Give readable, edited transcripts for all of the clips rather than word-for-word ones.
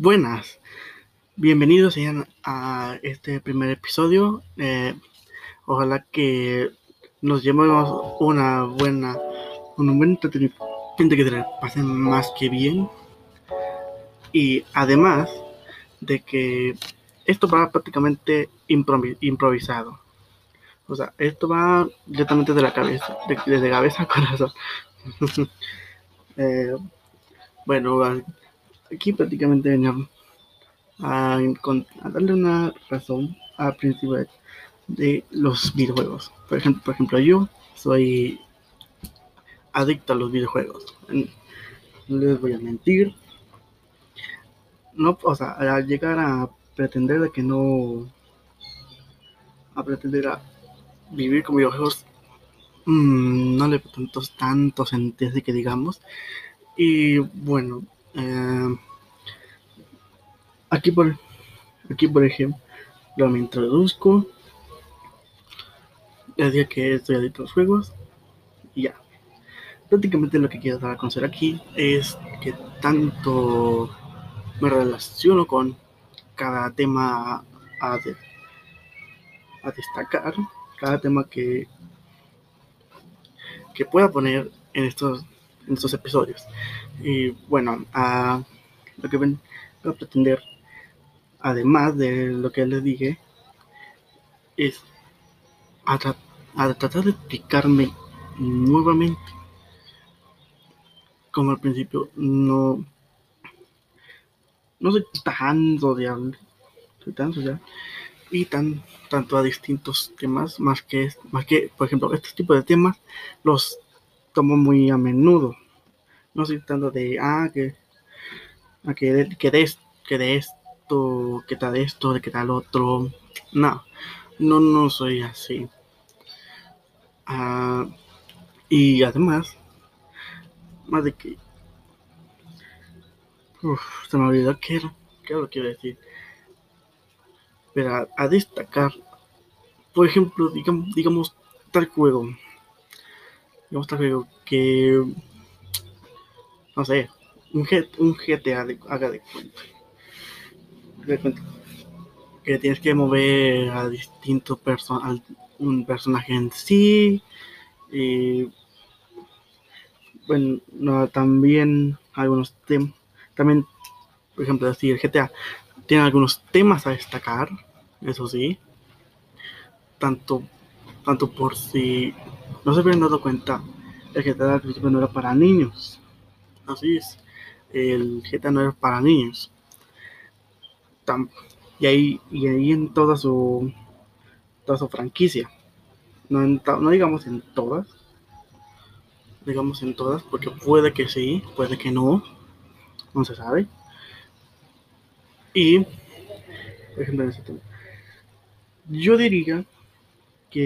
Buenas, bienvenidos sean a este primer episodio. Ojalá que nos llevemos un buen entretenimiento, que se la pasen más que bien. Y además de que esto va prácticamente improvisado. O sea, esto va directamente de la cabeza, desde cabeza a corazón. eh, bueno, aquí prácticamente venía a darle una razón al principio de los videojuegos. Por ejemplo, yo soy adicto a los videojuegos. No les voy a mentir. No, o sea, al llegar a pretender de que no, a pretender a vivir con videojuegos, no le veo tantos sentido de que digamos. Y bueno, eh, aquí por aquí por ejemplo me introduzco, les digo que estoy adicto a los juegos y ya. Prácticamente lo que quiero dar a conocer aquí es que tanto me relaciono con cada tema a, de- a destacar, cada tema que pueda poner en estos episodios. Y bueno, lo que ven a pretender, además de lo que les dije, es a, tra a tratar de explicarme nuevamente, como al principio no soy tan social, soy tan social y tanto a distintos temas, más que por ejemplo este tipo de temas los tomo muy a menudo. No soy tanto de que de esto, que tal esto, de que tal otro. No, no soy así. Ah, y además, más de que se me olvidó qué lo quiero decir. Pero a destacar, por ejemplo, digamos tal juego, que no sé, un GTA haga de cuenta que tienes que mover a distintos un personaje en sí. Y bueno, no, también algunos temas, también, por ejemplo, decir el GTA tiene algunos temas a destacar, eso sí, tanto, tanto por si no se habían dado cuenta, el GTA al principio no era para niños, así es, el GTA no era para niños, Tam- y ahí en toda su franquicia, no digamos en todas, porque puede que sí, puede que no se sabe. Y, por ejemplo, en ese tema, yo diría que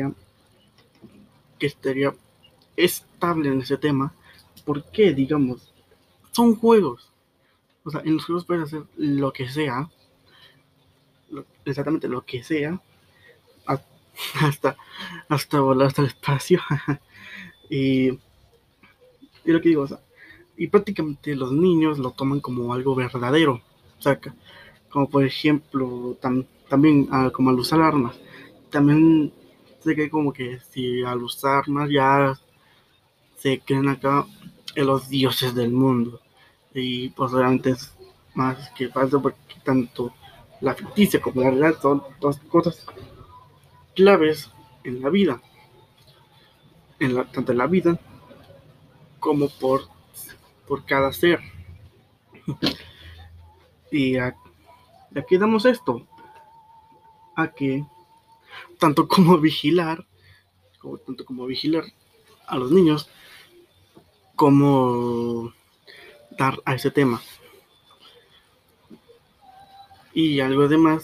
estaría estable en ese tema, porque, digamos, son juegos. O sea, en los juegos puedes hacer lo que sea, exactamente lo que sea, hasta, hasta volar hasta el espacio. y, y lo que digo, o sea, y prácticamente los niños lo toman como algo verdadero. O sea, como por ejemplo, también como al usar armas. También sé que como que si al usar armas ya se creen acá en los dioses del mundo. Y pues realmente es más que falso porque tanto la ficticia como la realidad son dos cosas claves en la vida. Tanto en la vida como por cada ser. Y aquí damos esto, a que tanto como vigilar a los niños, como dar a ese tema. Y algo además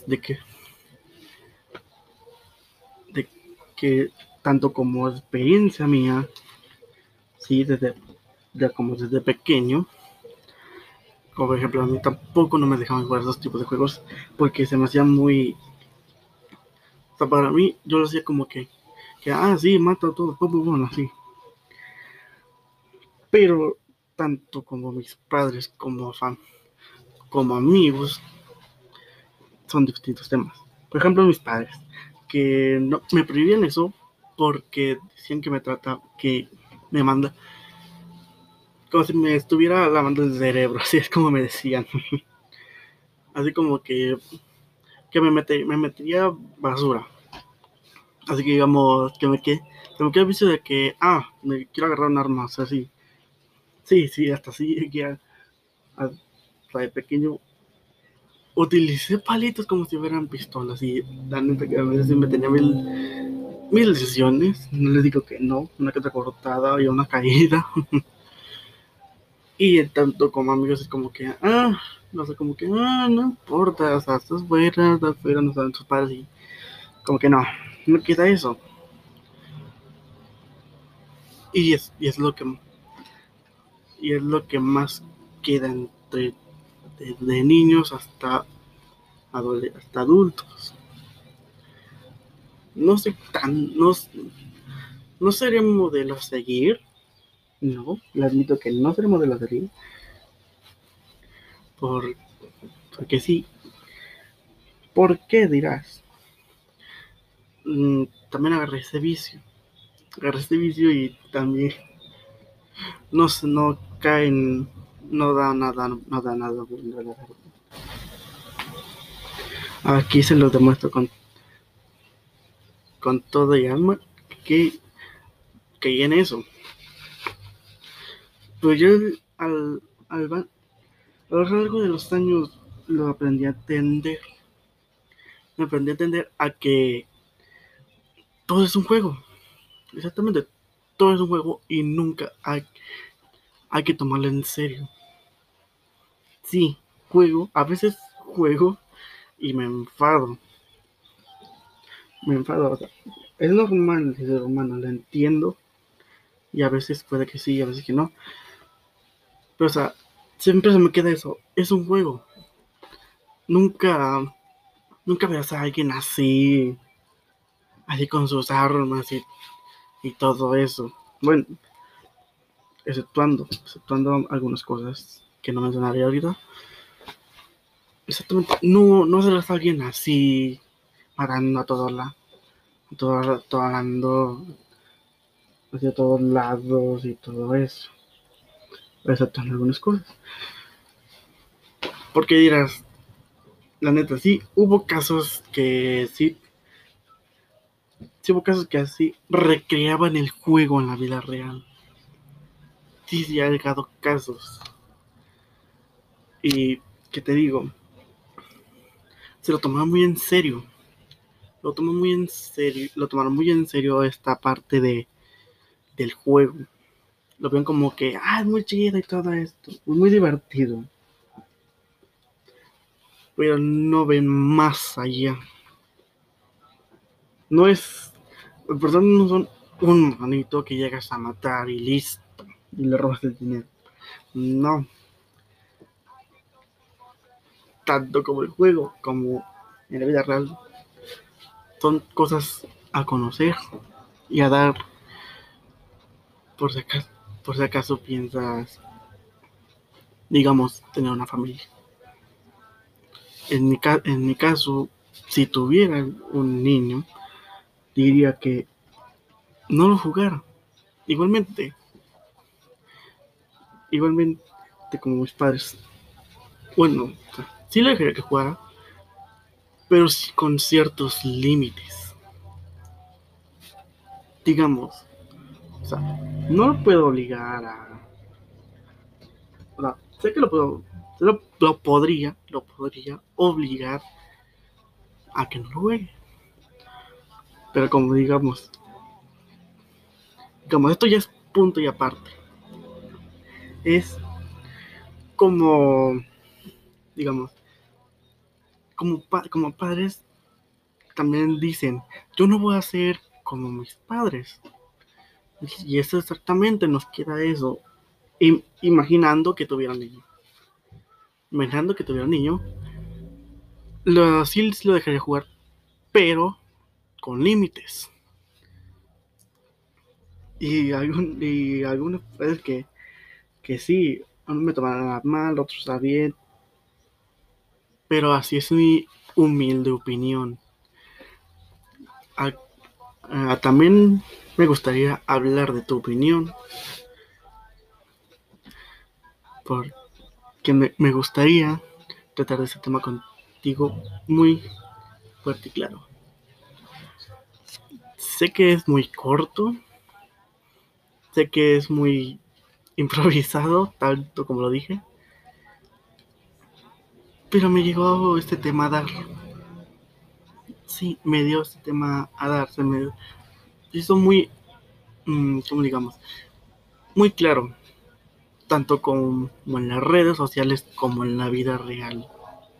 de que tanto como experiencia mía, sí, como desde pequeño, como por ejemplo a mí tampoco no me dejaban jugar esos tipos de juegos porque se me hacía muy, o sea, para mí yo lo hacía como sí, mata a todos, bueno, así. Pero tanto como mis padres como amigos son distintos temas. Por ejemplo, mis padres, que no me prohibían eso porque decían que que me manda, como si me estuviera lavando el cerebro, así es como me decían. Así como que me metería basura. Así que digamos, que me quede el vicio de que, me quiero agarrar un arma, o sea, sí. Sí, sí, hasta así, hasta de pequeño utilicé palitos como si fueran pistolas y la neta que a veces me tenía mil decisiones, no les digo que no, una que otra cortada y una caída. Y tanto como amigos es como que, no sé, como que, no importa, o sea, estás fuera, no saben tus padres y como que no, no queda eso. Y es lo que más queda entre de niños hasta adultos. No sé no sería un modelo a seguir, no, le admito que no sería modelo a seguir, por, porque sí, ¿por qué dirás? También agarré ese vicio y también no caen, no da nada bueno. Aquí se lo demuestro con todo y alma que, que en eso. Pues yo al, a lo largo de los años lo aprendí a entender a que todo es un juego, exactamente, todo es un juego y nunca hay que tomarlo en serio. Sí, a veces juego y me enfado, o sea, es normal el ser humano, lo entiendo y a veces puede que sí, a veces que no, pero o sea, siempre se me queda eso, es un juego, nunca, nunca veas a alguien así con sus armas y todo eso, bueno, exceptuando algunas cosas que no mencionaré ahorita, exactamente, no serás alguien así, matando a todo hablando hacia todos lados y todo eso, excepto en algunas cosas. Porque dirás, la neta, sí hubo casos que así recreaban el juego en la vida real. Sí, sí, ha llegado casos. Y, ¿qué te digo? Se lo tomaron muy en serio. Lo tomaron muy en serio esta parte del juego. Lo ven como que, es muy chido y todo esto. Es muy divertido. Pero no ven más allá. No es. Las personas no son un monito que llegas a matar y listo. Y le robas el dinero. No. Tanto como el juego, como en la vida real. Son cosas a conocer y a dar por si acaso, por si acaso piensas, digamos, tener una familia. En mi caso, si tuviera un niño, diría que no lo jugara. Igualmente, igualmente como mis padres. Bueno, sí le dejaría que jugara, pero sí con ciertos límites. Digamos, o sea, no lo puedo obligar o sea, sé que lo podría obligar a que no lo juegue. Pero como digamos, esto ya es punto y aparte. Es como, digamos, como padres también dicen, yo no voy a ser como mis padres. Y eso exactamente nos queda eso. Imaginando que tuviera un niño. Imaginando que tuviera un niño, sí lo dejaría jugar, pero con límites. Y algunos padres que sí, unos me tomarán mal, otros a bien. pero así es mi humilde opinión. Ah, también me gustaría hablar de tu opinión, porque me gustaría tratar de ese tema contigo muy fuerte y claro. Sé que es muy corto, sé que es muy improvisado, tanto como lo dije, pero me llegó este tema a dar. Sí, me dio este tema a dar. Se me hizo muy, ¿cómo digamos? Muy claro, tanto como en las redes sociales como en la vida real.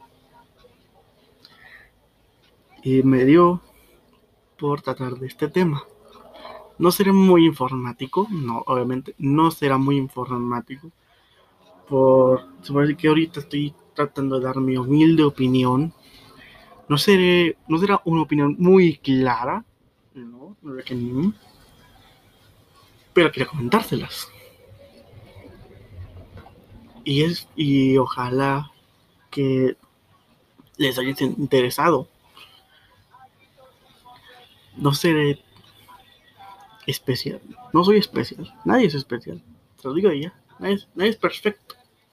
Y me dio por tratar de este tema. No será muy informático, no, obviamente, no será muy informático. Se parece que ahorita estoy tratando de dar mi humilde opinión. No será una opinión muy clara, no, pero quería comentárselas. Y ojalá que les haya interesado. No seré especial, no soy especial, nadie es especial, te lo digo a ella, nadie es perfecto,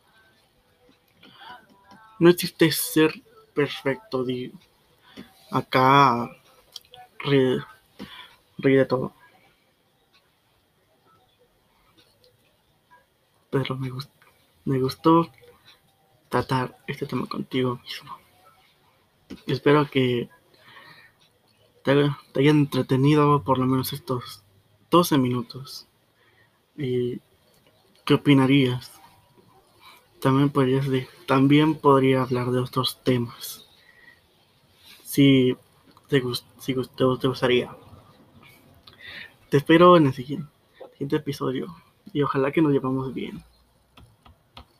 no existe ser perfecto, digo, acá ríe, ríe de todo, pero me gustó tratar este tema contigo mismo. Espero que te haya entretenido por lo menos estos 12 minutos. ¿Y qué opinarías? También podría hablar de otros temas. Si te gustaría. Te espero en el siguiente episodio y ojalá que nos llevamos bien.